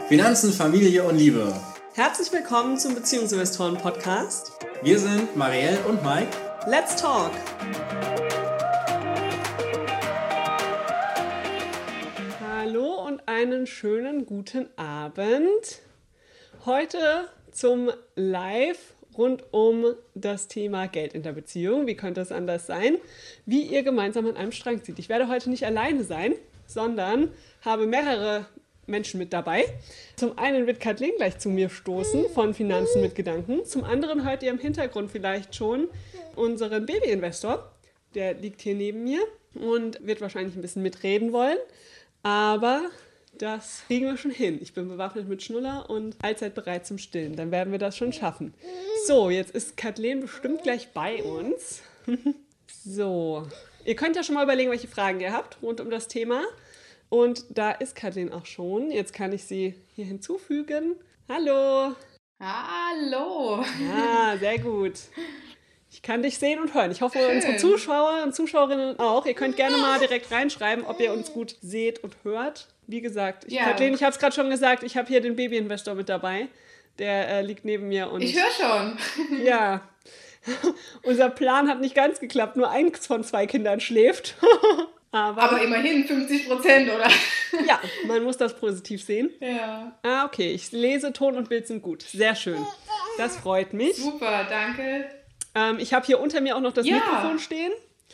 Finanzen, Familie und Liebe. Herzlich willkommen zum Beziehungsinvestoren-Podcast. Wir sind Marielle und Mike. Let's talk! Hallo und einen schönen guten Abend. Heute zum Live rund um das Thema Geld in der Beziehung. Wie könnte es anders sein? Wie ihr gemeinsam an einem Strang zieht. Ich werde heute nicht alleine sein, sondern habe mehrere Menschen mit dabei. Zum einen wird Kathleen gleich zu mir stoßen von Finanzen mit Gedanken. Zum anderen hört ihr im Hintergrund vielleicht schon unseren Babyinvestor. Der liegt hier neben mir und wird wahrscheinlich ein bisschen mitreden wollen. Aber das kriegen wir schon hin. Ich bin bewaffnet mit Schnuller und allzeit bereit zum Stillen. Dann werden wir das schon schaffen. So, jetzt ist Kathleen bestimmt gleich bei uns. So, ihr könnt ja schon mal überlegen, welche Fragen ihr habt rund um das Thema. Und da ist Kathleen auch schon. Jetzt kann ich sie hier hinzufügen. Hallo. Hallo. Ja, sehr gut. Ich kann dich sehen und hören. Ich hoffe, Schön. unsere Zuschauer und Zuschauerinnen auch. Ihr könnt gerne mal direkt reinschreiben, ob ihr uns gut seht und hört. Wie gesagt, Kathleen, ich habe es gerade schon gesagt, ich habe hier den Babyinvestor mit dabei. Der liegt neben mir. Und ich höre schon. Ja, unser Plan hat nicht ganz geklappt. Nur eins von 2 Kindern schläft. Aber immerhin 50%, oder? Ja, man muss das positiv sehen. Ja. Okay, ich lese, Ton und Bild sind gut. Sehr schön. Das freut mich. Super, danke. Ich habe hier unter mir auch noch das Mikrofon stehen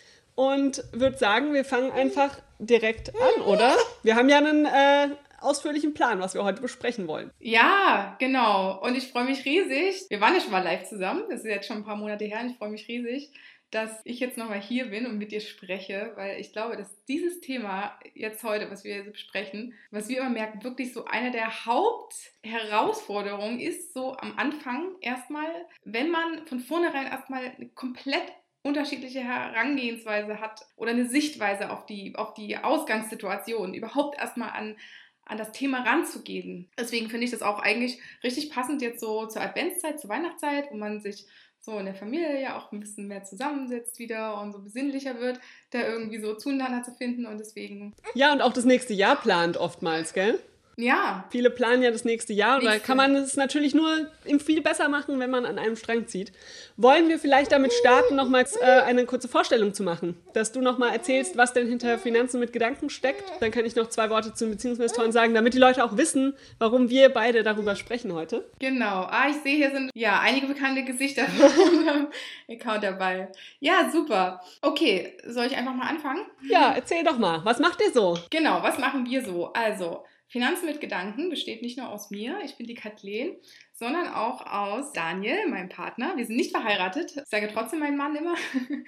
und würde sagen, wir fangen einfach direkt an, oder? Wir haben ja einen ausführlichen Plan, was wir heute besprechen wollen. Ja, genau. Und ich freue mich riesig. Wir waren ja schon mal live zusammen. Das ist jetzt schon ein paar Monate her. Und ich freue mich riesig, dass ich jetzt nochmal hier bin und mit dir spreche, weil ich glaube, dass dieses Thema jetzt heute, was wir besprechen, was wir immer merken, wirklich so eine der Hauptherausforderungen ist, so am Anfang erstmal, wenn man von vornherein erstmal eine komplett unterschiedliche Herangehensweise hat oder eine Sichtweise auf die Ausgangssituation, überhaupt erstmal an das Thema ranzugehen. Deswegen finde ich das auch eigentlich richtig passend jetzt so zur Adventszeit, zur Weihnachtszeit, wo man sich so in der Familie ja auch ein bisschen mehr zusammensetzt wieder und so besinnlicher wird, da irgendwie so zueinander zu finden und deswegen... Ja, und auch das nächste Jahr plant oftmals, gell? Ja. Viele planen ja das nächste Jahr und da kann man es natürlich nur viel besser machen, wenn man an einem Strang zieht. Wollen wir vielleicht damit starten, nochmals eine kurze Vorstellung zu machen? Dass du nochmal erzählst, was denn hinter Finanzen mit Gedanken steckt. Dann kann ich noch 2 Worte zu den Beziehungsinvestoren sagen, damit die Leute auch wissen, warum wir beide darüber sprechen heute. Genau. Ich sehe, hier sind ja einige bekannte Gesichter von unserem Account dabei. Ja, super. Okay, soll ich einfach mal anfangen? Ja, erzähl doch mal. Was macht ihr so? Genau, was machen wir so? Also... Finanzen mit Gedanken besteht nicht nur aus mir, ich bin die Kathleen, sondern auch aus Daniel, meinem Partner. Wir sind nicht verheiratet, ich sage trotzdem meinen Mann immer.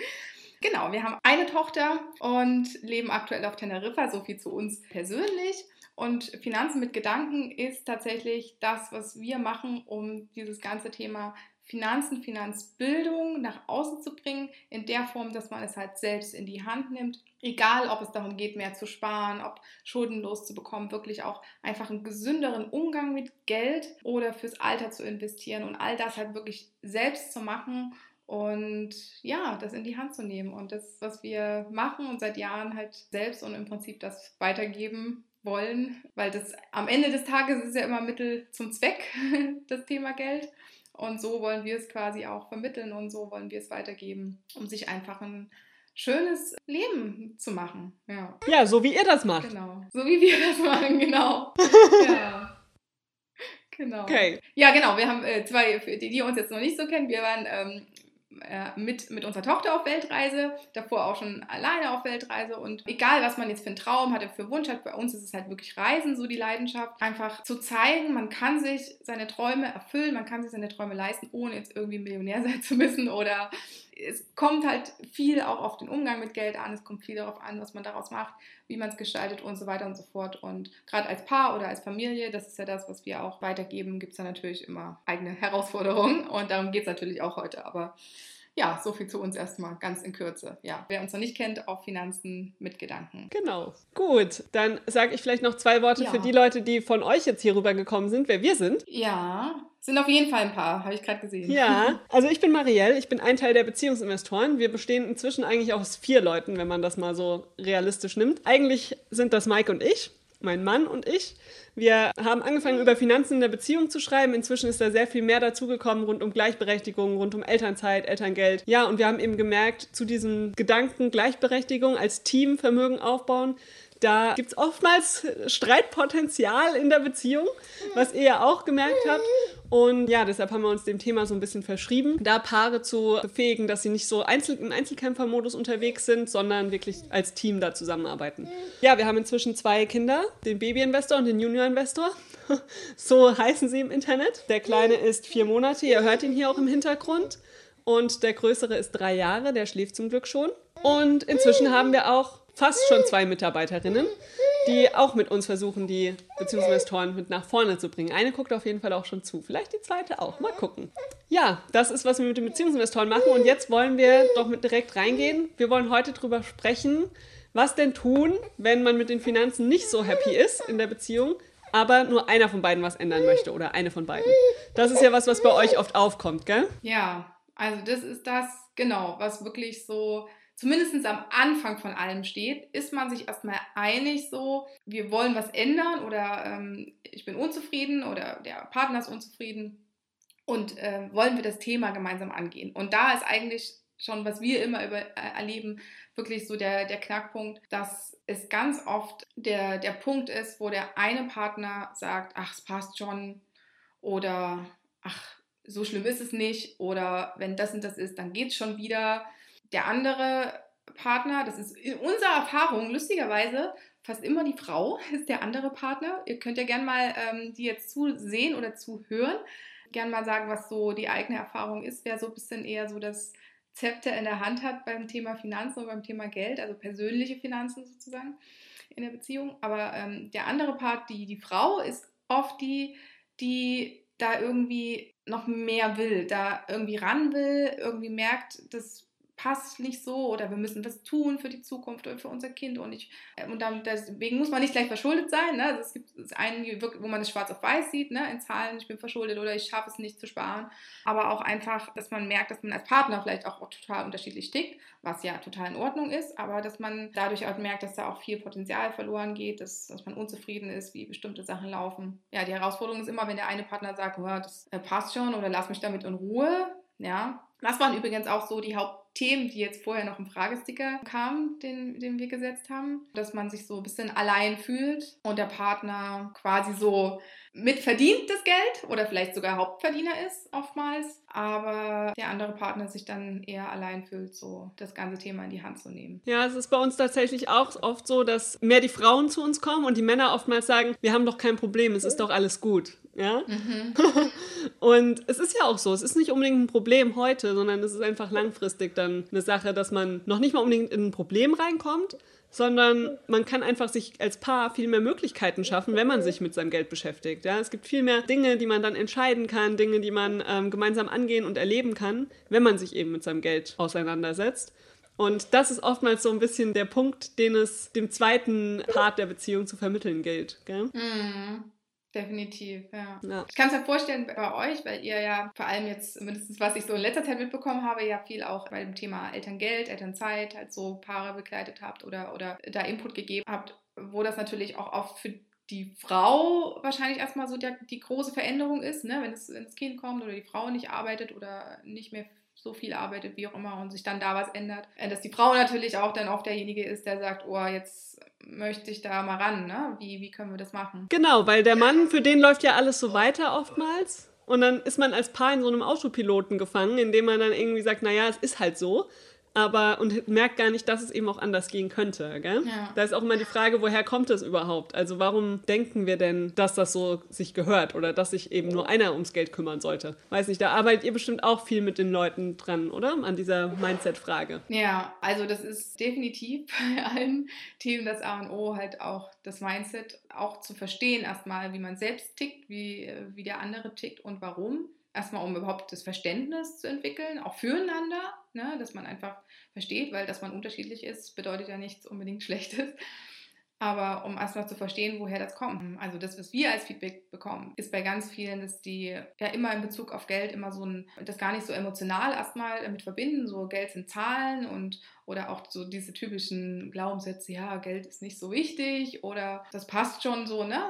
Genau, wir haben eine Tochter und leben aktuell auf Teneriffa, so viel zu uns persönlich. Und Finanzen mit Gedanken ist tatsächlich das, was wir machen, um dieses ganze Thema Finanzen, Finanzbildung nach außen zu bringen, in der Form, dass man es halt selbst in die Hand nimmt. Egal, ob es darum geht, mehr zu sparen, ob Schulden loszubekommen, wirklich auch einfach einen gesünderen Umgang mit Geld oder fürs Alter zu investieren und all das halt wirklich selbst zu machen und ja, das in die Hand zu nehmen. Und das, was wir machen und seit Jahren halt selbst und im Prinzip das weitergeben wollen, weil das am Ende des Tages ist ja immer Mittel zum Zweck, das Thema Geld. Und so wollen wir es quasi auch vermitteln und so wollen wir es weitergeben, um sich einfach ein schönes Leben zu machen. Ja, so wie ihr das macht. Genau, so wie wir das machen, genau. Ja, genau. Okay. Ja, genau, wir haben 2, für die uns jetzt noch nicht so kennen, wir waren mit unserer Tochter auf Weltreise, davor auch schon alleine auf Weltreise und egal, was man jetzt für einen Traum hatte, für Wunsch hat, bei uns ist es halt wirklich Reisen, so die Leidenschaft, einfach zu zeigen, man kann sich seine Träume erfüllen, man kann sich seine Träume leisten, ohne jetzt irgendwie Millionär sein zu müssen oder es kommt halt viel auch auf den Umgang mit Geld an, es kommt viel darauf an, was man daraus macht, wie man es gestaltet und so weiter und so fort und gerade als Paar oder als Familie, das ist ja das, was wir auch weitergeben, gibt es da natürlich immer eigene Herausforderungen und darum geht es natürlich auch heute, aber ja, so viel zu uns erstmal, ganz in Kürze. Ja, wer uns noch nicht kennt, auf Finanzen mit Gedanken. Genau. Gut, dann sage ich vielleicht noch 2 Worte für die Leute, die von euch jetzt hier rübergekommen sind, wer wir sind. Ja, sind auf jeden Fall ein paar, habe ich gerade gesehen. Ja, also ich bin Marielle, ich bin ein Teil der Beziehungsinvestoren. Wir bestehen inzwischen eigentlich aus 4 Leuten, wenn man das mal so realistisch nimmt. Eigentlich sind das Mike und ich. mein Mann und ich. Wir haben angefangen, über Finanzen in der Beziehung zu schreiben. Inzwischen ist da sehr viel mehr dazugekommen rund um Gleichberechtigung, rund um Elternzeit, Elterngeld. Ja, und wir haben eben gemerkt, zu diesem Gedanken Gleichberechtigung als Team Vermögen aufbauen, da gibt es oftmals Streitpotenzial in der Beziehung, was ihr ja auch gemerkt habt. Und ja, deshalb haben wir uns dem Thema so ein bisschen verschrieben, da Paare zu befähigen, dass sie nicht so im Einzelkämpfermodus unterwegs sind, sondern wirklich als Team da zusammenarbeiten. Ja, wir haben inzwischen 2 Kinder, den Baby-Investor und den Junior-Investor. So heißen sie im Internet. Der Kleine ist 4 Monate, ihr hört ihn hier auch im Hintergrund. Und der Größere ist 3 Jahre, der schläft zum Glück schon. Und inzwischen haben wir auch fast schon 2 Mitarbeiterinnen, die auch mit uns versuchen, die Beziehungsinvestoren mit nach vorne zu bringen. Eine guckt auf jeden Fall auch schon zu. Vielleicht die zweite auch. Mal gucken. Ja, das ist, was wir mit den Beziehungsinvestoren machen. Und jetzt wollen wir doch direkt reingehen. Wir wollen heute drüber sprechen, was denn tun, wenn man mit den Finanzen nicht so happy ist in der Beziehung, aber nur einer von beiden was ändern möchte oder eine von beiden. Das ist ja was bei euch oft aufkommt, gell? Ja, also das ist das, genau, was wirklich so zumindest am Anfang von allem steht, ist man sich erstmal einig so, wir wollen was ändern oder ich bin unzufrieden oder der Partner ist unzufrieden und wollen wir das Thema gemeinsam angehen. Und da ist eigentlich schon, was wir immer erleben, wirklich so der Knackpunkt, dass es ganz oft der Punkt ist, wo der eine Partner sagt, ach, es passt schon oder ach, so schlimm ist es nicht oder wenn das und das ist, dann geht es schon wieder. Der andere Partner, das ist in unserer Erfahrung lustigerweise fast immer die Frau, ist der andere Partner. Ihr könnt ja gerne mal die jetzt zusehen oder zuhören. Gerne mal sagen, was so die eigene Erfahrung ist, wer so ein bisschen eher so das Zepter in der Hand hat beim Thema Finanzen und beim Thema Geld, also persönliche Finanzen sozusagen in der Beziehung. Aber der andere Part, die Frau, ist oft die da irgendwie noch mehr will, da irgendwie ran will, irgendwie merkt, das passt nicht so oder wir müssen was tun für die Zukunft oder für unser Kind und deswegen muss man nicht gleich verschuldet sein. Ne? Also es gibt einen, wo man es schwarz auf weiß sieht, ne? In Zahlen, ich bin verschuldet oder ich schaffe es nicht zu sparen, aber auch einfach, dass man merkt, dass man als Partner vielleicht auch total unterschiedlich tickt, was ja total in Ordnung ist, aber dass man dadurch auch merkt, dass da auch viel Potenzial verloren geht, dass man unzufrieden ist, wie bestimmte Sachen laufen. Ja, die Herausforderung ist immer, wenn der eine Partner sagt, oh, das passt schon oder lass mich damit in Ruhe, ja. Das waren übrigens auch so die Hauptthemen, die jetzt vorher noch im Fragesticker kamen, den wir gesetzt haben. Dass man sich so ein bisschen allein fühlt und der Partner quasi so mitverdient das Geld oder vielleicht sogar Hauptverdiener ist oftmals, aber der andere Partner sich dann eher allein fühlt, so das ganze Thema in die Hand zu nehmen. Ja, es ist bei uns tatsächlich auch oft so, dass mehr die Frauen zu uns kommen und die Männer oftmals sagen, wir haben doch kein Problem, es ist doch alles gut. Ja? Mhm. Und es ist ja auch so, es ist nicht unbedingt ein Problem heute, sondern es ist einfach langfristig dann eine Sache, dass man noch nicht mal unbedingt in ein Problem reinkommt, sondern man kann einfach sich als Paar viel mehr Möglichkeiten schaffen, wenn man sich mit seinem Geld beschäftigt. Ja? Es gibt viel mehr Dinge, die man dann entscheiden kann, Dinge, die man gemeinsam angehen und erleben kann, wenn man sich eben mit seinem Geld auseinandersetzt. Und das ist oftmals so ein bisschen der Punkt, den es dem zweiten Part der Beziehung zu vermitteln gilt. Gell? Mhm. Definitiv, ja. Ich kann es mir vorstellen bei euch, weil ihr ja vor allem jetzt, mindestens was ich so in letzter Zeit mitbekommen habe, ja viel auch bei dem Thema Elterngeld, Elternzeit halt so Paare begleitet habt oder da Input gegeben habt, wo das natürlich auch oft für die Frau wahrscheinlich erstmal so die große Veränderung ist, ne? Wenn das Kind kommt oder die Frau nicht arbeitet oder nicht mehr so viel arbeitet, wie auch immer, und sich dann da was ändert. Dass die Frau natürlich auch dann oft derjenige ist, der sagt, oh, jetzt möchte ich da mal ran, ne? Wie können wir das machen? Genau, weil der Mann, für den läuft ja alles so weiter oftmals. Und dann ist man als Paar in so einem Autopiloten gefangen, indem man dann irgendwie sagt, naja, es ist halt so. Und merkt gar nicht, dass es eben auch anders gehen könnte. Gell? Ja. Da ist auch immer die Frage, woher kommt es überhaupt? Also warum denken wir denn, dass das so sich gehört oder dass sich eben nur einer ums Geld kümmern sollte? Weiß nicht, da arbeitet ihr bestimmt auch viel mit den Leuten dran, oder? An dieser Mindset-Frage. Ja, also das ist definitiv bei allen Themen das A und O, halt auch das Mindset auch zu verstehen erstmal, wie man selbst tickt, wie der andere tickt und warum. Erstmal, um überhaupt das Verständnis zu entwickeln, auch füreinander, ne, dass man einfach versteht, weil dass man unterschiedlich ist, bedeutet ja nichts unbedingt Schlechtes. Aber um erstmal zu verstehen, woher das kommt. Also das, was wir als Feedback bekommen, ist bei ganz vielen, dass die ja immer in Bezug auf Geld immer das gar nicht so emotional erstmal damit verbinden, so Geld sind Zahlen oder auch so diese typischen Glaubenssätze, ja, Geld ist nicht so wichtig oder das passt schon so, ne?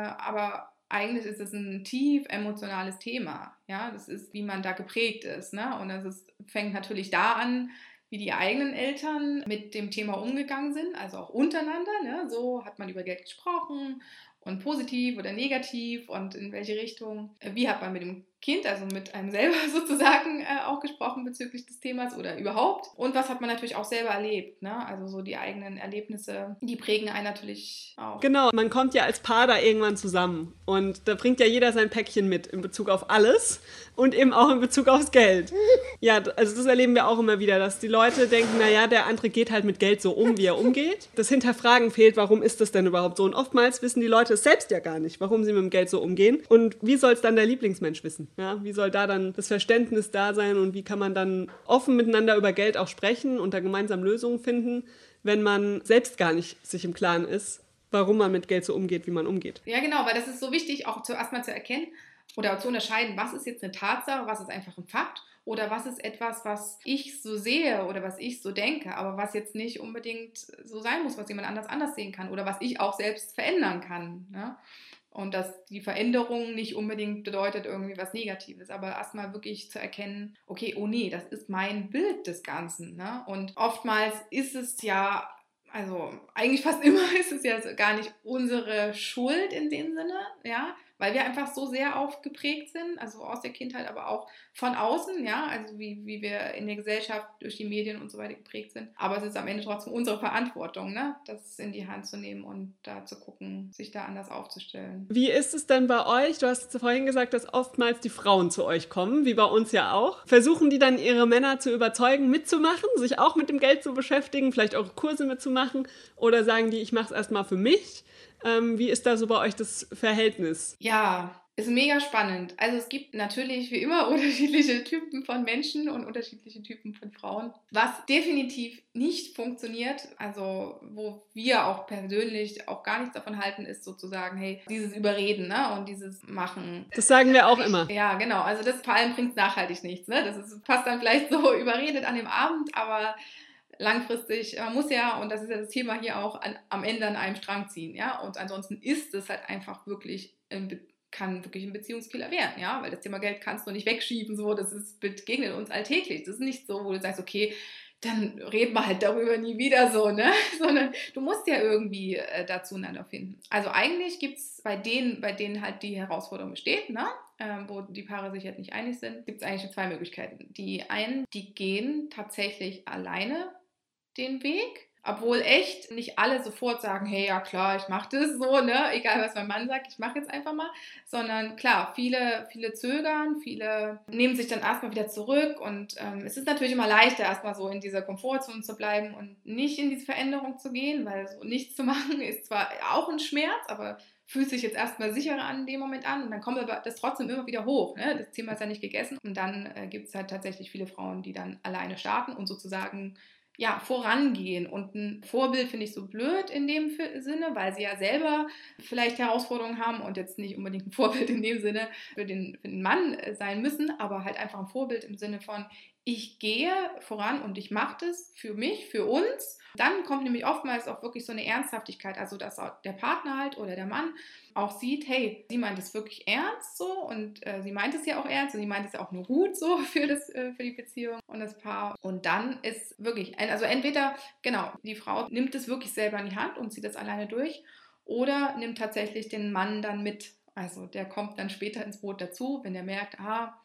Aber eigentlich ist es ein tief emotionales Thema, ja, das ist, wie man da geprägt ist, ne? Und fängt natürlich da an, wie die eigenen Eltern mit dem Thema umgegangen sind, also auch untereinander, ne? So hat man über Geld gesprochen und positiv oder negativ und in welche Richtung. Wie hat man mit dem Kind, also mit einem selber sozusagen auch gesprochen bezüglich des Themas oder überhaupt. Und was hat man natürlich auch selber erlebt, ne? Also so die eigenen Erlebnisse, die prägen einen natürlich auch. Genau, man kommt ja als Paar da irgendwann zusammen und da bringt ja jeder sein Päckchen mit in Bezug auf alles und eben auch in Bezug aufs Geld. Ja, also das erleben wir auch immer wieder, dass die Leute denken, naja, der andere geht halt mit Geld so um, wie er umgeht. Das Hinterfragen fehlt, warum ist das denn überhaupt so? Und oftmals wissen die Leute es selbst ja gar nicht, warum sie mit dem Geld so umgehen. Und wie soll es dann der Lieblingsmensch wissen? Ja, wie soll da dann das Verständnis da sein und wie kann man dann offen miteinander über Geld auch sprechen und da gemeinsam Lösungen finden, wenn man selbst gar nicht sich im Klaren ist, warum man mit Geld so umgeht, wie man umgeht. Ja, genau, weil das ist so wichtig, auch zuerst mal zu erkennen oder zu unterscheiden, was ist jetzt eine Tatsache, was ist einfach ein Fakt oder was ist etwas, was ich so sehe oder was ich so denke, aber was jetzt nicht unbedingt so sein muss, was jemand anders sehen kann oder was ich auch selbst verändern kann, ne? Und dass die Veränderung nicht unbedingt bedeutet irgendwie was Negatives, aber erstmal wirklich zu erkennen, okay, oh nee, das ist mein Bild des Ganzen, ne? Und oftmals ist es ja, also eigentlich fast immer ist es ja gar nicht unsere Schuld in dem Sinne, ja, weil wir einfach so sehr aufgeprägt sind, also aus der Kindheit, aber auch von außen, ja, also wie wir in der Gesellschaft durch die Medien und so weiter geprägt sind. Aber es ist am Ende trotzdem unsere Verantwortung, ne, das in die Hand zu nehmen und da zu gucken, sich da anders aufzustellen. Wie ist es denn bei euch? Du hast vorhin gesagt, dass oftmals die Frauen zu euch kommen, wie bei uns ja auch. Versuchen die dann ihre Männer zu überzeugen, mitzumachen, sich auch mit dem Geld zu beschäftigen, vielleicht auch Kurse mitzumachen oder sagen die, ich mache es erstmal für mich? Wie ist da so bei euch das Verhältnis? Ja, ist mega spannend. Also es gibt natürlich wie immer unterschiedliche Typen von Menschen und unterschiedliche Typen von Frauen. Was definitiv nicht funktioniert, also wo wir auch persönlich auch gar nichts davon halten, ist sozusagen, hey, dieses Überreden, ne, und dieses Machen. Das sagen wir auch immer. Ja, genau. Also das vor allem bringt nachhaltig nichts, ne? Das ist fast dann vielleicht so überredet an dem Abend, aber langfristig, man muss ja, und das ist ja das Thema hier auch, am Ende an einem Strang ziehen, ja, und ansonsten ist es halt einfach wirklich, kann wirklich ein Beziehungskiller werden, ja, weil das Thema Geld kannst du nicht wegschieben, so, begegnet uns alltäglich, das ist nicht so, wo du sagst, okay, dann reden wir halt darüber nie wieder so, ne, sondern du musst ja irgendwie da zueinander finden. Also eigentlich gibt es bei denen halt die Herausforderung besteht, ne, wo die Paare sich halt nicht einig sind, gibt es eigentlich zwei Möglichkeiten. Die einen, die gehen tatsächlich alleine den Weg, obwohl echt nicht alle sofort sagen, hey, ja klar, ich mache das so, ne, egal was mein Mann sagt, ich mache jetzt einfach mal, sondern klar, viele zögern, viele nehmen sich dann erstmal wieder zurück und es ist natürlich immer leichter, erstmal so in dieser Komfortzone zu bleiben und nicht in diese Veränderung zu gehen, weil so nichts zu machen ist zwar auch ein Schmerz, aber fühlt sich jetzt erstmal sicherer an dem Moment an und dann kommt aber das trotzdem immer wieder hoch, ne? Das Thema ist ja nicht gegessen und dann gibt es halt tatsächlich viele Frauen, die dann alleine starten und sozusagen ja, vorangehen. Und ein Vorbild finde ich so blöd in dem Sinne, weil sie ja selber vielleicht Herausforderungen haben und jetzt nicht unbedingt ein Vorbild in dem Sinne für den Mann sein müssen, aber halt einfach ein Vorbild im Sinne von, ich gehe voran und ich mache das für mich, für uns. Dann kommt nämlich oftmals auch wirklich so eine Ernsthaftigkeit, also dass auch der Partner halt oder der Mann auch sieht, hey, sie meint es wirklich ernst so und sie meint es ja auch ernst und sie meint es ja auch nur gut so für die Beziehung und das Paar. Und dann ist wirklich, also entweder, genau, die Frau nimmt es wirklich selber in die Hand und zieht das alleine durch oder nimmt tatsächlich den Mann dann mit. Also der kommt dann später ins Boot dazu, wenn der merkt,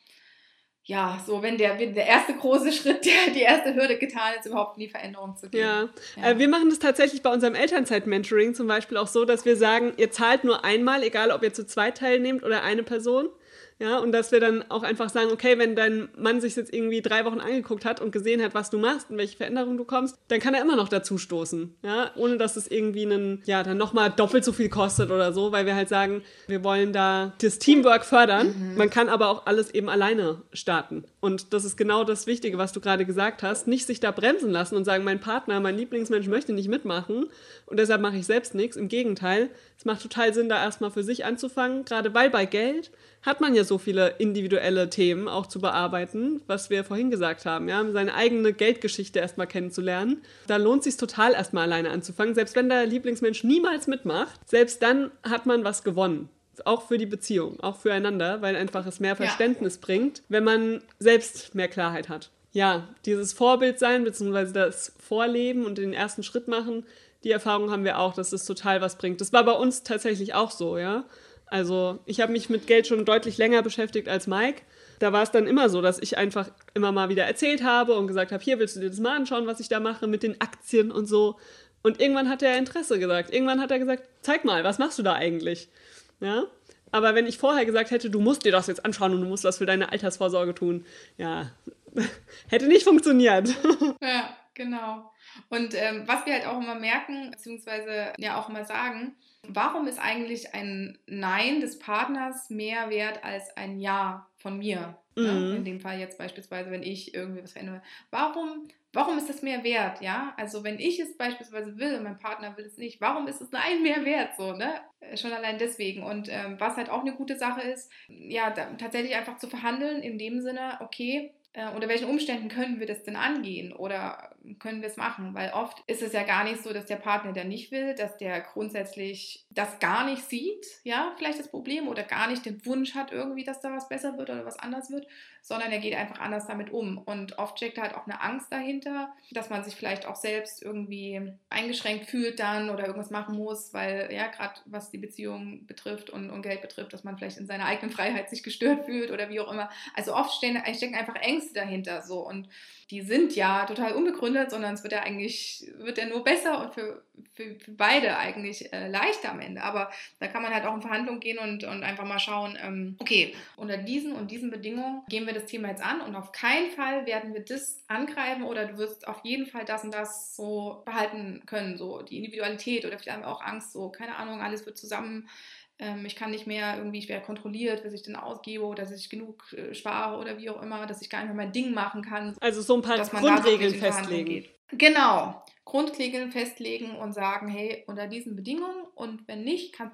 ja, so wenn der erste große Schritt, die erste Hürde getan ist, überhaupt in die Veränderung zu gehen. Ja. Wir machen das tatsächlich bei unserem Elternzeit-Mentoring zum Beispiel auch so, dass wir sagen, ihr zahlt nur einmal, egal ob ihr zu zweit teilnehmt oder eine Person. Ja, und dass wir dann auch einfach sagen, okay, wenn dein Mann sich jetzt irgendwie 3 Wochen angeguckt hat und gesehen hat, was du machst und welche Veränderungen du kommst, dann kann er immer noch dazu stoßen, ja, ohne dass es irgendwie dann nochmal doppelt so viel kostet oder so, weil wir halt sagen, wir wollen da das Teamwork fördern. Man kann aber auch alles eben alleine starten. Und das ist genau das Wichtige, was du gerade gesagt hast, nicht sich da bremsen lassen und sagen, mein Partner, mein Lieblingsmensch möchte nicht mitmachen und deshalb mache ich selbst nichts. Im Gegenteil, es macht total Sinn, da erstmal für sich anzufangen, gerade weil bei Geld hat man ja so viele individuelle Themen auch zu bearbeiten, was wir vorhin gesagt haben, ja, seine eigene Geldgeschichte erstmal kennenzulernen. Da lohnt es sich total erstmal alleine anzufangen, selbst wenn der Lieblingsmensch niemals mitmacht, selbst dann hat man was gewonnen. Auch für die Beziehung, auch füreinander, weil einfach es mehr Verständnis bringt, wenn man selbst mehr Klarheit hat. Ja, dieses Vorbild sein, beziehungsweise das Vorleben und den ersten Schritt machen, die Erfahrung haben wir auch, dass es total was bringt. Das war bei uns tatsächlich auch so, ja. Also ich habe mich mit Geld schon deutlich länger beschäftigt als Mike. Da war es dann immer so, dass ich einfach immer mal wieder erzählt habe und gesagt habe, hier willst du dir das mal anschauen, was ich da mache mit den Aktien und so. Und irgendwann hat er Interesse gesagt. Irgendwann hat er gesagt, zeig mal, was machst du da eigentlich? Ja? Aber wenn ich vorher gesagt hätte, du musst dir das jetzt anschauen und du musst das für deine Altersvorsorge tun, ja, hätte nicht funktioniert. Ja, genau. Und was wir halt auch immer merken, beziehungsweise ja auch immer sagen, warum ist eigentlich ein Nein des Partners mehr wert als ein Ja von mir? Ne? In dem Fall jetzt beispielsweise, wenn ich irgendwie was verändere. Warum ist das mehr wert? Ja, also wenn ich es beispielsweise will und mein Partner will es nicht, warum ist es Nein mehr wert? So, ne? Schon allein deswegen. Und was halt auch eine gute Sache ist, ja, tatsächlich einfach zu verhandeln in dem Sinne, okay, unter welchen Umständen können wir das denn angehen oder können wir es machen? Weil oft ist es ja gar nicht so, dass der Partner, der nicht will, dass der grundsätzlich das gar nicht sieht, ja, vielleicht das Problem oder gar nicht den Wunsch hat irgendwie, dass da was besser wird oder was anders wird, sondern er geht einfach anders damit um. Und oft steckt halt auch eine Angst dahinter, dass man sich vielleicht auch selbst irgendwie eingeschränkt fühlt dann oder irgendwas machen muss, weil ja, gerade was die Beziehung betrifft und Geld betrifft, dass man vielleicht in seiner eigenen Freiheit sich gestört fühlt oder wie auch immer. Also oft stecken einfach Ängste dahinter so und die sind ja total unbegründet, sondern es wird ja nur besser und für beide eigentlich leichter am Ende. Aber da kann man halt auch in Verhandlungen gehen und einfach mal schauen, okay, unter diesen und diesen Bedingungen gehen wir das Thema jetzt an und auf keinen Fall werden wir das angreifen oder du wirst auf jeden Fall das und das so behalten können, so die Individualität oder vielleicht haben wir auch Angst, so keine Ahnung, alles wird zusammen. Ich kann nicht mehr irgendwie, ich werde kontrolliert, dass ich dann ausgebe oder dass ich genug spare oder wie auch immer, dass ich gar nicht mehr mein Ding machen kann. Also so ein paar Grundregeln festlegen. Genau, Grundregeln festlegen und sagen, hey, unter diesen Bedingungen und wenn nicht, können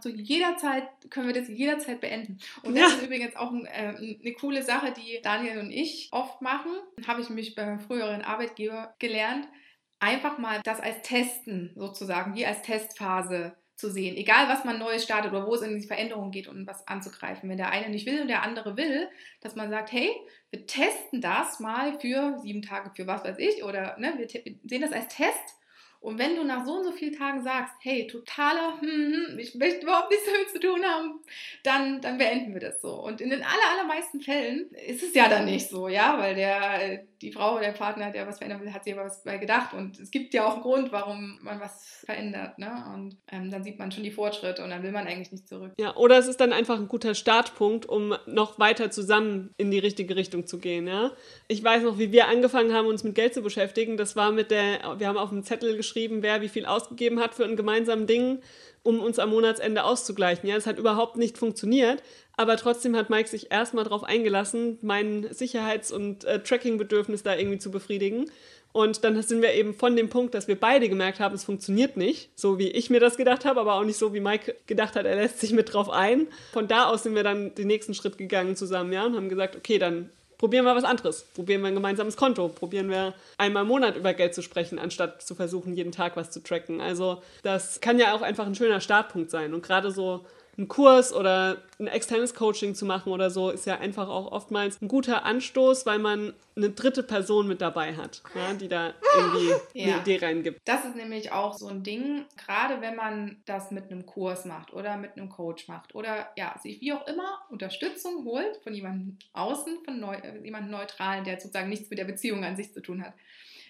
wir das jederzeit beenden. Und das ist übrigens auch eine coole Sache, die Daniel und ich oft machen. Habe ich mich bei meinem früheren Arbeitgeber gelernt, einfach mal das als Testen sozusagen, wie als Testphase zu sehen. Egal, was man Neues startet oder wo es in die Veränderung geht und was anzugreifen. Wenn der eine nicht will und der andere will, dass man sagt, hey, wir testen das mal für 7 Tage, für was weiß ich, oder ne, wir sehen das als Test. Und wenn du nach so und so vielen Tagen sagst, hey, totaler, ich möchte überhaupt nichts damit zu tun haben, dann beenden wir das so. Und in den allermeisten Fällen ist es ja dann nicht so, ja, weil die Frau oder der Partner, der was verändern will, hat sich aber was bei gedacht. Und es gibt ja auch einen Grund, warum man was verändert, ne? Und dann sieht man schon die Fortschritte und dann will man eigentlich nicht zurück. Ja, oder es ist dann einfach ein guter Startpunkt, um noch weiter zusammen in die richtige Richtung zu gehen, ja. Ich weiß noch, wie wir angefangen haben, uns mit Geld zu beschäftigen. Das war wir haben auf dem Zettel geschrieben, wer wie viel ausgegeben hat für ein gemeinsames Ding, um uns am Monatsende auszugleichen. Ja, das hat überhaupt nicht funktioniert, aber trotzdem hat Mike sich erstmal darauf eingelassen, mein Sicherheits- und Tracking-Bedürfnis da irgendwie zu befriedigen. Und dann sind wir eben von dem Punkt, dass wir beide gemerkt haben, es funktioniert nicht, so wie ich mir das gedacht habe, aber auch nicht so, wie Mike gedacht hat, er lässt sich mit drauf ein. Von da aus sind wir dann den nächsten Schritt gegangen zusammen, ja, und haben gesagt, okay, dann probieren wir was anderes. Probieren wir ein gemeinsames Konto. Probieren wir einmal im Monat über Geld zu sprechen, anstatt zu versuchen, jeden Tag was zu tracken. Also das kann ja auch einfach ein schöner Startpunkt sein. Und gerade so einen Kurs oder ein externes Coaching zu machen oder so, ist ja einfach auch oftmals ein guter Anstoß, weil man eine dritte Person mit dabei hat, ja, die da irgendwie eine Idee reingibt. Das ist nämlich auch so ein Ding, gerade wenn man das mit einem Kurs macht oder mit einem Coach macht oder ja, sich wie auch immer Unterstützung holt von jemandem außen, von jemandem Neutralen, der sozusagen nichts mit der Beziehung an sich zu tun hat.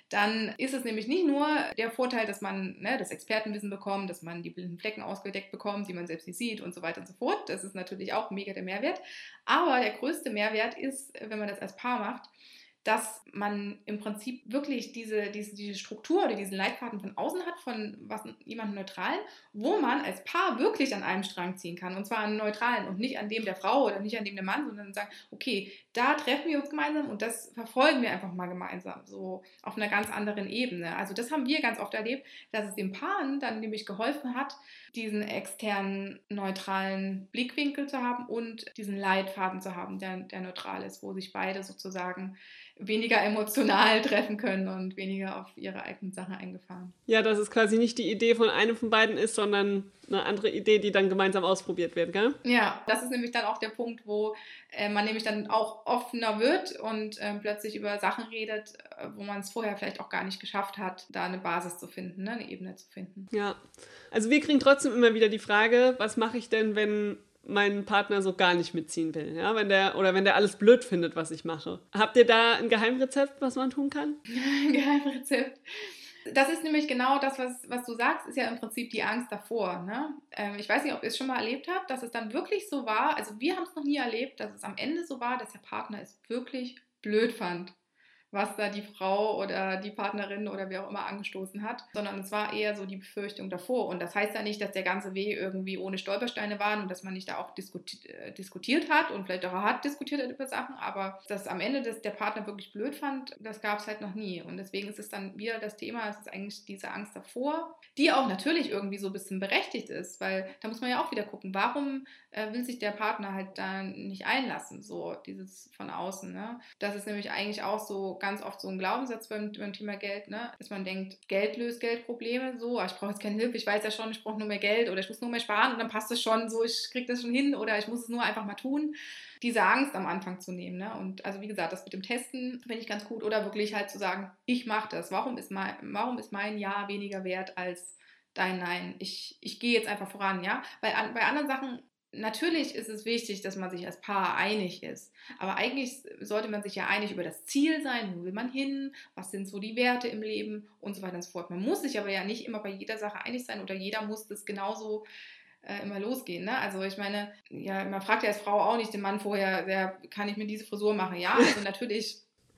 dann ist es nämlich nicht nur der Vorteil, dass man das Expertenwissen bekommt, dass man die blinden Flecken ausgedeckt bekommt, die man selbst nicht sieht und so weiter und so fort. Das ist natürlich auch mega der Mehrwert. Aber der größte Mehrwert ist, wenn man das als Paar macht, dass man im Prinzip wirklich diese Struktur oder diesen Leitfaden von außen hat, von jemandem Neutralen, wo man als Paar wirklich an einem Strang ziehen kann. Und zwar an einem Neutralen und nicht an dem der Frau oder nicht an dem der Mann, sondern sagen, okay, da treffen wir uns gemeinsam und das verfolgen wir einfach mal gemeinsam, so auf einer ganz anderen Ebene. Also das haben wir ganz oft erlebt, dass es den Paaren dann nämlich geholfen hat, diesen externen, neutralen Blickwinkel zu haben und diesen Leitfaden zu haben, der neutral ist, wo sich beide sozusagen weniger emotional treffen können und weniger auf ihre eigenen Sachen eingefahren. Ja, dass es quasi nicht die Idee von einem von beiden ist, sondern eine andere Idee, die dann gemeinsam ausprobiert wird, gell? Ja, das ist nämlich dann auch der Punkt, wo man nämlich dann auch offener wird und plötzlich über Sachen redet, wo man es vorher vielleicht auch gar nicht geschafft hat, da eine Basis zu finden, eine Ebene zu finden. Ja, also wir kriegen trotzdem immer wieder die Frage, was mache ich denn, wenn mein Partner so gar nicht mitziehen will, ja, wenn der alles blöd findet, was ich mache. Habt ihr da ein Geheimrezept, was man tun kann? Geheimrezept. Das ist nämlich genau das, was du sagst, ist ja im Prinzip die Angst davor. Ne? Ich weiß nicht, ob ihr es schon mal erlebt habt, dass es dann wirklich so war, also wir haben es noch nie erlebt, dass es am Ende so war, dass der Partner es wirklich blöd fand, was da die Frau oder die Partnerin oder wer auch immer angestoßen hat, sondern es war eher so die Befürchtung davor. Und das heißt ja nicht, dass der ganze Weg irgendwie ohne Stolpersteine war und dass man nicht da auch diskutiert hat und vielleicht auch hart diskutiert hat über Sachen, aber dass am Ende der Partner wirklich blöd fand, das gab es halt noch nie. Und deswegen ist es dann wieder das Thema, es ist eigentlich diese Angst davor, die auch natürlich irgendwie so ein bisschen berechtigt ist, weil da muss man ja auch wieder gucken, warum will sich der Partner halt da nicht einlassen, so dieses von außen. Ne? Das ist nämlich eigentlich auch so ganz oft so ein Glaubenssatz beim Thema Geld, ne? Dass man denkt, Geld löst Geldprobleme, so, ich brauche jetzt keine Hilfe, ich weiß ja schon, ich brauche nur mehr Geld oder ich muss nur mehr sparen und dann passt es schon, so, ich kriege das schon hin oder ich muss es nur einfach mal tun. Diese Angst am Anfang zu nehmen, ne? Und also wie gesagt, das mit dem Testen finde ich ganz gut oder wirklich halt zu sagen, ich mache das, warum ist mein Ja weniger wert als dein Nein? Ich gehe jetzt einfach voran, ja? Weil bei anderen Sachen natürlich ist es wichtig, dass man sich als Paar einig ist, aber eigentlich sollte man sich ja einig über das Ziel sein, wo will man hin, was sind so die Werte im Leben und so weiter und so fort. Man muss sich aber ja nicht immer bei jeder Sache einig sein oder jeder muss das genauso immer losgehen. Ne? Also ich meine, ja, man fragt ja als Frau auch nicht den Mann vorher, kann ich mir diese Frisur machen? Ja, also natürlich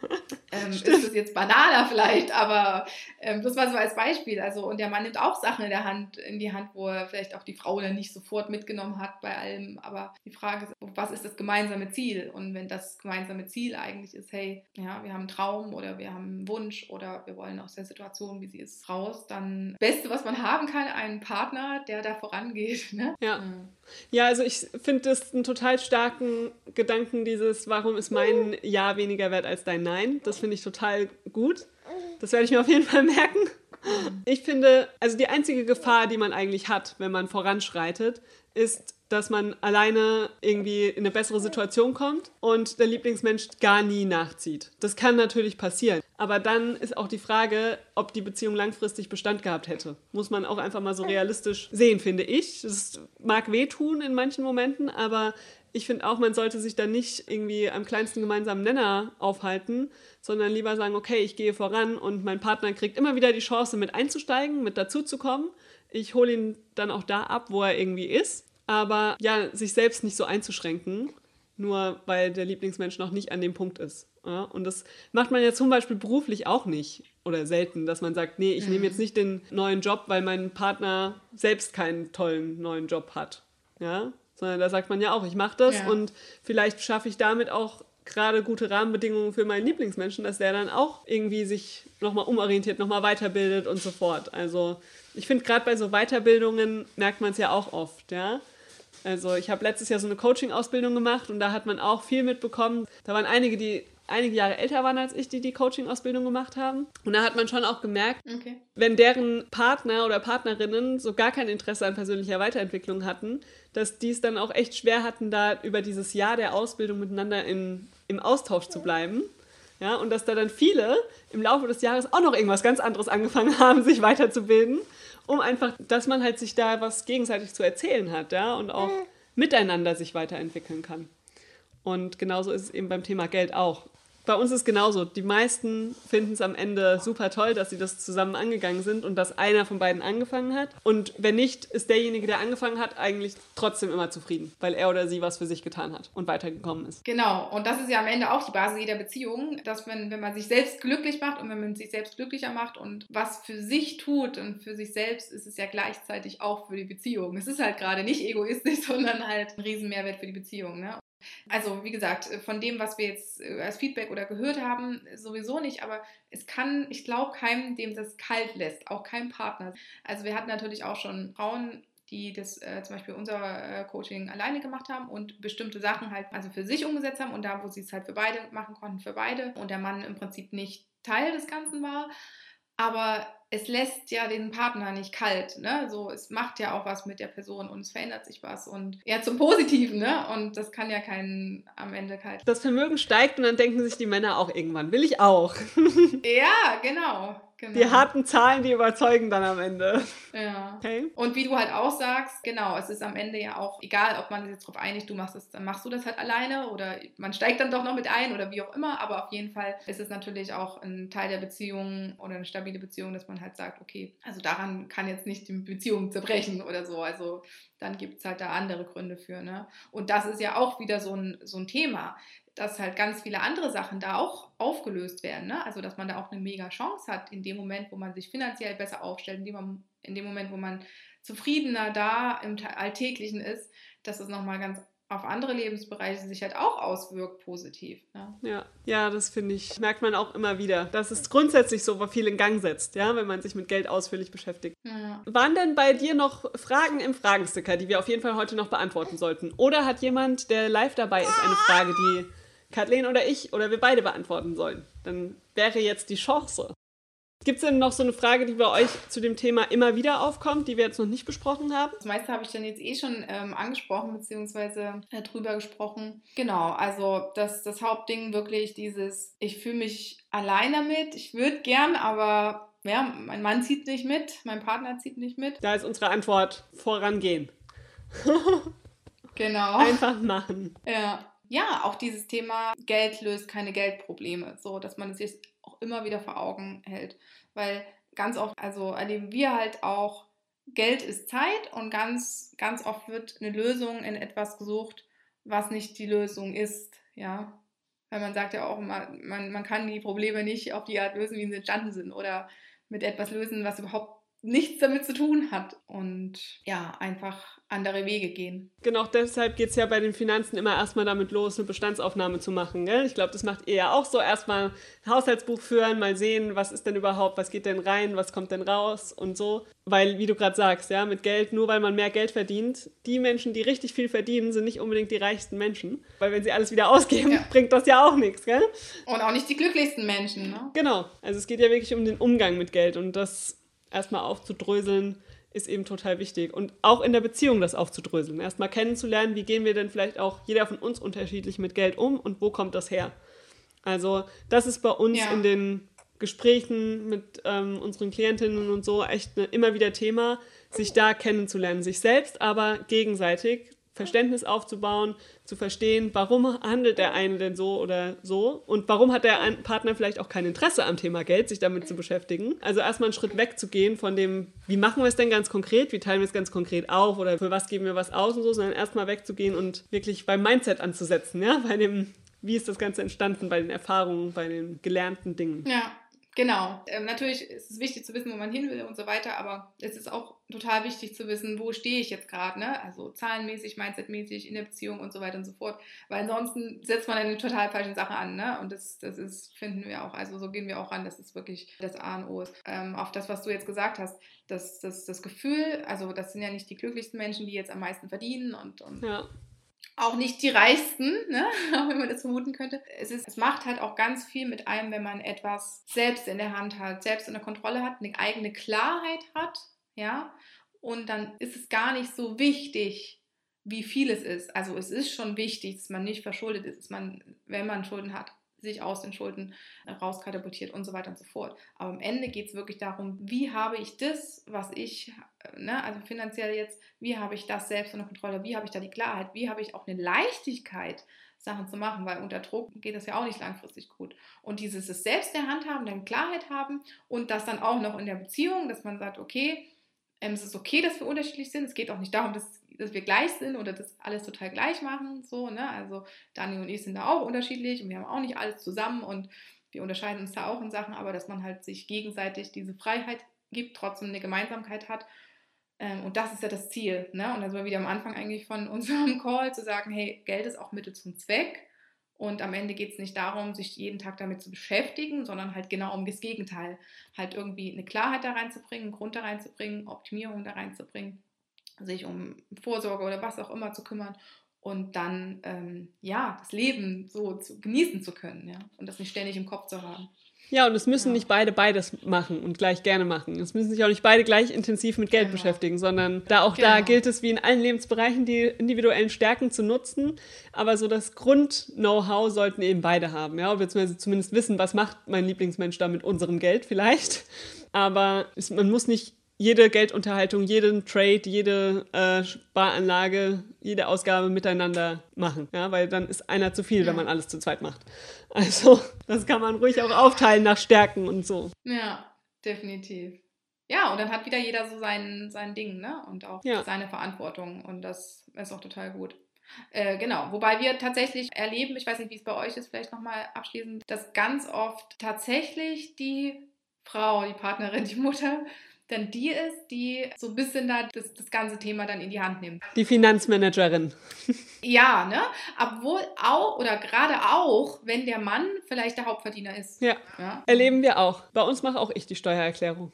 ist das jetzt banaler vielleicht, aber das war so als Beispiel. Also, und der Mann nimmt auch Sachen in die Hand, wo er vielleicht auch die Frau dann nicht sofort mitgenommen hat bei allem. Aber die Frage ist, was ist das gemeinsame Ziel? Und wenn das gemeinsame Ziel eigentlich ist, hey, ja, wir haben einen Traum oder wir haben einen Wunsch oder wir wollen aus der Situation, wie sie ist, raus, dann das Beste, was man haben kann, einen Partner, der da vorangeht. Ne? Ja. Ja, also ich finde das einen total starken Gedanken, warum ist mein Ja weniger wert als dein Nein? Das finde ich total gut. Das werde ich mir auf jeden Fall merken. Ich finde, also die einzige Gefahr, die man eigentlich hat, wenn man voranschreitet, ist, dass man alleine irgendwie in eine bessere Situation kommt und der Lieblingsmensch gar nie nachzieht. Das kann natürlich passieren. Aber dann ist auch die Frage, ob die Beziehung langfristig Bestand gehabt hätte. Muss man auch einfach mal so realistisch sehen, finde ich. Das mag wehtun in manchen Momenten, aber ich finde auch, man sollte sich dann nicht irgendwie am kleinsten gemeinsamen Nenner aufhalten, sondern lieber sagen, okay, ich gehe voran und mein Partner kriegt immer wieder die Chance, mit einzusteigen, mit dazuzukommen. Ich hole ihn dann auch da ab, wo er irgendwie ist. Aber ja, sich selbst nicht so einzuschränken, nur weil der Lieblingsmensch noch nicht an dem Punkt ist. Ja? Und das macht man ja zum Beispiel beruflich auch nicht oder selten, dass man sagt, nee, ich nehme jetzt nicht den neuen Job, weil mein Partner selbst keinen tollen neuen Job hat. Ja? Sondern da sagt man ja auch, ich mache das und vielleicht schaffe ich damit auch gerade gute Rahmenbedingungen für meinen Lieblingsmenschen, dass der dann auch irgendwie sich nochmal umorientiert, nochmal weiterbildet und so fort. Also ich finde, gerade bei so Weiterbildungen merkt man es ja auch oft, ja. Also ich habe letztes Jahr so eine Coaching-Ausbildung gemacht und da hat man auch viel mitbekommen. Da waren einige, die einige Jahre älter waren als ich, die Coaching-Ausbildung gemacht haben. Und da hat man schon auch gemerkt, wenn deren Partner oder Partnerinnen so gar kein Interesse an persönlicher Weiterentwicklung hatten, dass die es dann auch echt schwer hatten, da über dieses Jahr der Ausbildung miteinander im Austausch zu bleiben. Ja, und dass da dann viele im Laufe des Jahres auch noch irgendwas ganz anderes angefangen haben, sich weiterzubilden, um einfach, dass man halt sich da was gegenseitig zu erzählen hat, ja, und auch miteinander sich weiterentwickeln kann. Und genauso ist es eben beim Thema Geld auch. Bei uns ist genauso. Die meisten finden es am Ende super toll, dass sie das zusammen angegangen sind und dass einer von beiden angefangen hat. Und wenn nicht, ist derjenige, der angefangen hat, eigentlich trotzdem immer zufrieden, weil er oder sie was für sich getan hat und weitergekommen ist. Genau, und das ist ja am Ende auch die Basis jeder Beziehung, dass man, wenn man sich selbst glücklich macht und wenn man sich selbst glücklicher macht und was für sich tut und für sich selbst, ist es ja gleichzeitig auch für die Beziehung. Es ist halt gerade nicht egoistisch, sondern halt ein Riesenmehrwert für die Beziehung, ne? Also wie gesagt, von dem, was wir jetzt als Feedback oder gehört haben, sowieso nicht, aber es kann, ich glaube, keinem, dem das kalt lässt, auch keinem Partner. Also wir hatten natürlich auch schon Frauen, die das zum Beispiel unser Coaching alleine gemacht haben und bestimmte Sachen halt also für sich umgesetzt haben und da, wo sie es halt für beide machen konnten, für beide und der Mann im Prinzip nicht Teil des Ganzen war. Aber es lässt ja den Partner nicht kalt, ne? So, es macht ja auch was mit der Person und es verändert sich was und eher zum Positiven, ne? Und das kann ja keinen am Ende kalt. Das Vermögen steigt und dann denken sich die Männer auch irgendwann, will ich auch. Ja, genau. Die harten Zahlen, die überzeugen dann am Ende. Ja. Okay. Und wie du halt auch sagst, genau, es ist am Ende ja auch egal, ob man sich jetzt darauf einigt, du machst es, dann machst du das halt alleine oder man steigt dann doch noch mit ein oder wie auch immer, aber auf jeden Fall ist es natürlich auch ein Teil der Beziehung oder eine stabile Beziehung, dass man halt sagt, okay, also daran kann jetzt nicht die Beziehung zerbrechen oder so, also dann gibt es halt da andere Gründe für, ne? Und das ist ja auch wieder so ein Thema, dass halt ganz viele andere Sachen da auch aufgelöst werden, ne? Also dass man da auch eine mega Chance hat in dem Moment, wo man sich finanziell besser aufstellt, in dem Moment, wo man zufriedener da im Alltäglichen ist, dass es nochmal ganz auf andere Lebensbereiche sich halt auch auswirkt positiv. Ne? Ja, das finde ich, merkt man auch immer wieder, dass es grundsätzlich so viel in Gang setzt, ja, wenn man sich mit Geld ausführlich beschäftigt. Ja. Waren denn bei dir noch Fragen im Fragensticker, die wir auf jeden Fall heute noch beantworten sollten? Oder hat jemand, der live dabei ist, eine Frage, die Kathleen oder ich oder wir beide beantworten sollen? Dann wäre jetzt die Chance. Gibt es denn noch so eine Frage, die bei euch zu dem Thema immer wieder aufkommt, die wir jetzt noch nicht besprochen haben? Das meiste habe ich dann jetzt schon angesprochen, beziehungsweise drüber gesprochen. Genau, also das Hauptding wirklich dieses, ich fühle mich allein damit, ich würde gern, aber ja, mein Mann zieht nicht mit, mein Partner zieht nicht mit. Da ist unsere Antwort, vorangehen. Genau. Einfach machen. Ja, auch dieses Thema Geld löst keine Geldprobleme, so dass man es sich auch immer wieder vor Augen hält, weil ganz oft, also erleben wir halt auch, Geld ist Zeit und ganz, ganz oft wird eine Lösung in etwas gesucht, was nicht die Lösung ist, ja, weil man sagt ja auch immer, man kann die Probleme nicht auf die Art lösen, wie sie entstanden sind oder mit etwas lösen, was überhaupt nichts damit zu tun hat und ja, einfach andere Wege gehen. Genau, deshalb geht es ja bei den Finanzen immer erstmal damit los, eine Bestandsaufnahme zu machen. Gell? Ich glaube, das macht ihr ja auch so. Erstmal ein Haushaltsbuch führen, mal sehen, was ist denn überhaupt, was geht denn rein, was kommt denn raus und so. Weil, wie du gerade sagst, ja, mit Geld, nur weil man mehr Geld verdient, die Menschen, die richtig viel verdienen, sind nicht unbedingt die reichsten Menschen. Weil wenn sie alles wieder ausgeben, bringt das ja auch nichts, gell? Und auch nicht die glücklichsten Menschen, ne? Genau, also es geht ja wirklich um den Umgang mit Geld und das erstmal aufzudröseln, ist eben total wichtig. Und auch in der Beziehung das aufzudröseln. Erstmal kennenzulernen, wie gehen wir denn vielleicht auch jeder von uns unterschiedlich mit Geld um und wo kommt das her? Also das ist bei uns in den Gesprächen mit unseren Klientinnen und so echt immer wieder Thema, sich da kennenzulernen, sich selbst, aber gegenseitig Verständnis aufzubauen, zu verstehen, warum handelt der eine denn so oder so und warum hat der Partner vielleicht auch kein Interesse am Thema Geld, sich damit zu beschäftigen. Also erstmal einen Schritt wegzugehen von dem, wie machen wir es denn ganz konkret, wie teilen wir es ganz konkret auf oder für was geben wir was aus und so, sondern erstmal wegzugehen und wirklich beim Mindset anzusetzen, ja, bei dem, wie ist das Ganze entstanden, bei den Erfahrungen, bei den gelernten Dingen. Ja. Genau. Natürlich ist es wichtig zu wissen, wo man hin will und so weiter, aber es ist auch total wichtig zu wissen, wo stehe ich jetzt gerade, ne? Also zahlenmäßig, mindsetmäßig, in der Beziehung und so weiter und so fort. Weil ansonsten setzt man eine total falsche Sache an, ne? Und das ist, finden wir auch, also so gehen wir auch ran, dass es wirklich das A und O ist. Auf das, was du jetzt gesagt hast, das Gefühl, also das sind ja nicht die glücklichsten Menschen, die jetzt am meisten verdienen und ja. Auch nicht die Reichsten, ne? Auch wenn man das vermuten könnte. Es macht halt auch ganz viel mit einem, wenn man etwas selbst in der Hand hat, selbst in der Kontrolle hat, eine eigene Klarheit hat, ja. Und dann ist es gar nicht so wichtig, wie viel es ist. Also es ist schon wichtig, dass man nicht verschuldet ist, dass man, wenn man Schulden hat, sich aus den Schulden rauskatapultiert und so weiter und so fort. Aber am Ende geht es wirklich darum, wie habe ich das, was ich, also finanziell jetzt, wie habe ich das selbst unter Kontrolle, wie habe ich da die Klarheit, wie habe ich auch eine Leichtigkeit, Sachen zu machen, weil unter Druck geht das ja auch nicht langfristig gut. Und dieses es selbst in der Hand haben, dann Klarheit haben und das dann auch noch in der Beziehung, dass man sagt, okay, es ist okay, dass wir unterschiedlich sind. Es geht auch nicht darum, dass wir gleich sind oder das alles total gleich machen. So, ne? Also Dani und ich sind da auch unterschiedlich und wir haben auch nicht alles zusammen und wir unterscheiden uns da auch in Sachen, aber dass man halt sich gegenseitig diese Freiheit gibt, trotzdem eine Gemeinsamkeit hat. Und das ist ja das Ziel. Ne? Und da sind wir wieder am Anfang eigentlich von unserem Call zu sagen, hey, Geld ist auch Mittel zum Zweck. Und am Ende geht es nicht darum, sich jeden Tag damit zu beschäftigen, sondern halt genau um das Gegenteil. Halt irgendwie eine Klarheit da reinzubringen, einen Grund da reinzubringen, Optimierung da reinzubringen, sich um Vorsorge oder was auch immer zu kümmern und dann, das Leben so genießen zu können, ja, und das nicht ständig im Kopf zu haben. Ja, und es müssen nicht beide beides machen und gleich gerne machen. Es müssen sich auch nicht beide gleich intensiv mit Geld beschäftigen, sondern da gilt es wie in allen Lebensbereichen, die individuellen Stärken zu nutzen. Aber so das Grund-Know-how sollten eben beide haben. Ja, beziehungsweise zumindest wissen, was macht mein Lieblingsmensch da mit unserem Geld vielleicht. Aber man muss nicht jede Geldunterhaltung, jeden Trade, jede Sparanlage, jede Ausgabe miteinander machen. Ja, weil dann ist einer zu viel, wenn man alles zu zweit macht. Also das kann man ruhig auch aufteilen nach Stärken und so. Ja, definitiv. Ja, und dann hat wieder jeder so sein Ding, ne? Und auch seine Verantwortung. Und das ist auch total gut. Genau, wobei wir tatsächlich erleben, ich weiß nicht, wie es bei euch ist, vielleicht nochmal abschließend, dass ganz oft tatsächlich die Frau, die Partnerin, die Mutter dann die ist, die so ein bisschen da das ganze Thema dann in die Hand nimmt. Die Finanzmanagerin. Ja, ne? Obwohl auch oder gerade auch, wenn der Mann vielleicht der Hauptverdiener ist. Ja, erleben wir auch. Bei uns mache auch ich die Steuererklärung.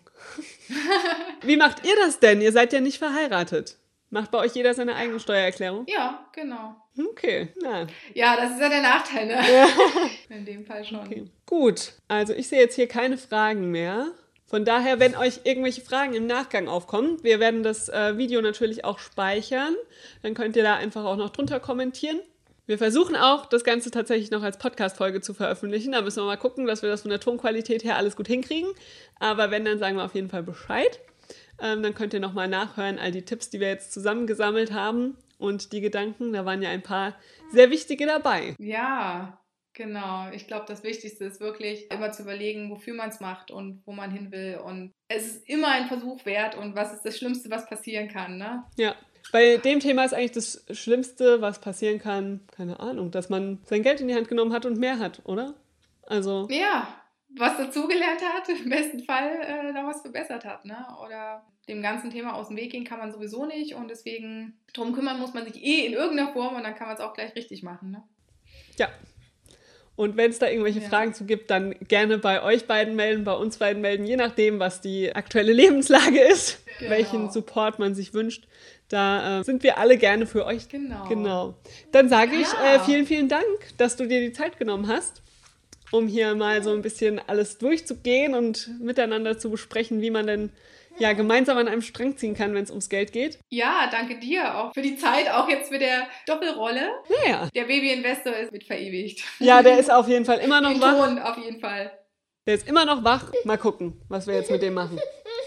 Wie macht ihr das denn? Ihr seid ja nicht verheiratet. Macht bei euch jeder seine eigene Steuererklärung? Ja, genau. Okay, na. Ja, das ist ja der Nachteil, ne? Ja. In dem Fall schon. Okay. Gut, also ich sehe jetzt hier keine Fragen mehr. Von daher, wenn euch irgendwelche Fragen im Nachgang aufkommen, wir werden das Video natürlich auch speichern. Dann könnt ihr da einfach auch noch drunter kommentieren. Wir versuchen auch, das Ganze tatsächlich noch als Podcast-Folge zu veröffentlichen. Da müssen wir mal gucken, dass wir das von der Tonqualität her alles gut hinkriegen. Aber wenn, dann sagen wir auf jeden Fall Bescheid. Dann könnt ihr nochmal nachhören, all die Tipps, die wir jetzt zusammengesammelt haben und die Gedanken. Da waren ja ein paar sehr wichtige dabei. Ja, genau. Ich glaube, das Wichtigste ist wirklich immer zu überlegen, wofür man es macht und wo man hin will. Und es ist immer ein Versuch wert und was ist das Schlimmste, was passieren kann, ne? Ja, bei dem Thema ist eigentlich das Schlimmste, was passieren kann, keine Ahnung, dass man sein Geld in die Hand genommen hat und mehr hat, oder? Also... Ja, was dazugelernt hat, im besten Fall noch was verbessert hat, ne? Oder dem ganzen Thema aus dem Weg gehen kann man sowieso nicht und deswegen drum kümmern muss man sich in irgendeiner Form und dann kann man es auch gleich richtig machen, ne? Ja. Und wenn es da irgendwelche Fragen zu gibt, dann gerne bei euch beiden melden, bei uns beiden melden, je nachdem, was die aktuelle Lebenslage ist, welchen Support man sich wünscht. Da sind wir alle gerne für euch. Genau. Dann sage ich vielen, vielen Dank, dass du dir die Zeit genommen hast, um hier mal so ein bisschen alles durchzugehen und miteinander zu besprechen, wie man denn gemeinsam an einem Strang ziehen kann, wenn es ums Geld geht. Ja, danke dir auch für die Zeit, auch jetzt mit der Doppelrolle. Ja. Der Baby-Investor ist mit verewigt. Ja, der ist auf jeden Fall immer noch wach. Ton auf jeden Fall. Der ist immer noch wach. Mal gucken, was wir jetzt mit dem machen.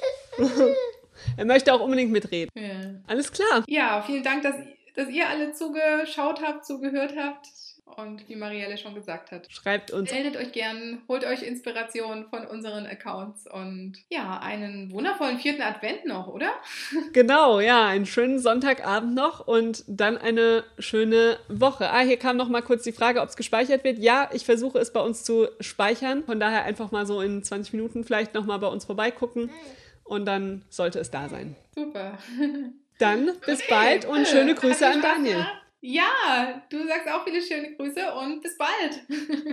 Er möchte auch unbedingt mitreden. Ja. Alles klar. Ja, vielen Dank, dass ihr alle zugeschaut habt, zugehört habt. Und wie Marielle schon gesagt hat, schreibt uns. Meldet euch gern, holt euch Inspiration von unseren Accounts und einen wundervollen 4. Advent noch, oder? Genau, einen schönen Sonntagabend noch und dann eine schöne Woche. Hier kam noch mal kurz die Frage, ob es gespeichert wird. Ja, ich versuche es bei uns zu speichern. Von daher einfach mal so in 20 Minuten vielleicht noch mal bei uns vorbeigucken und dann sollte es da sein. Super. Dann bis bald und schöne Grüße an Daniel. Ja, du sagst auch viele schöne Grüße und bis bald.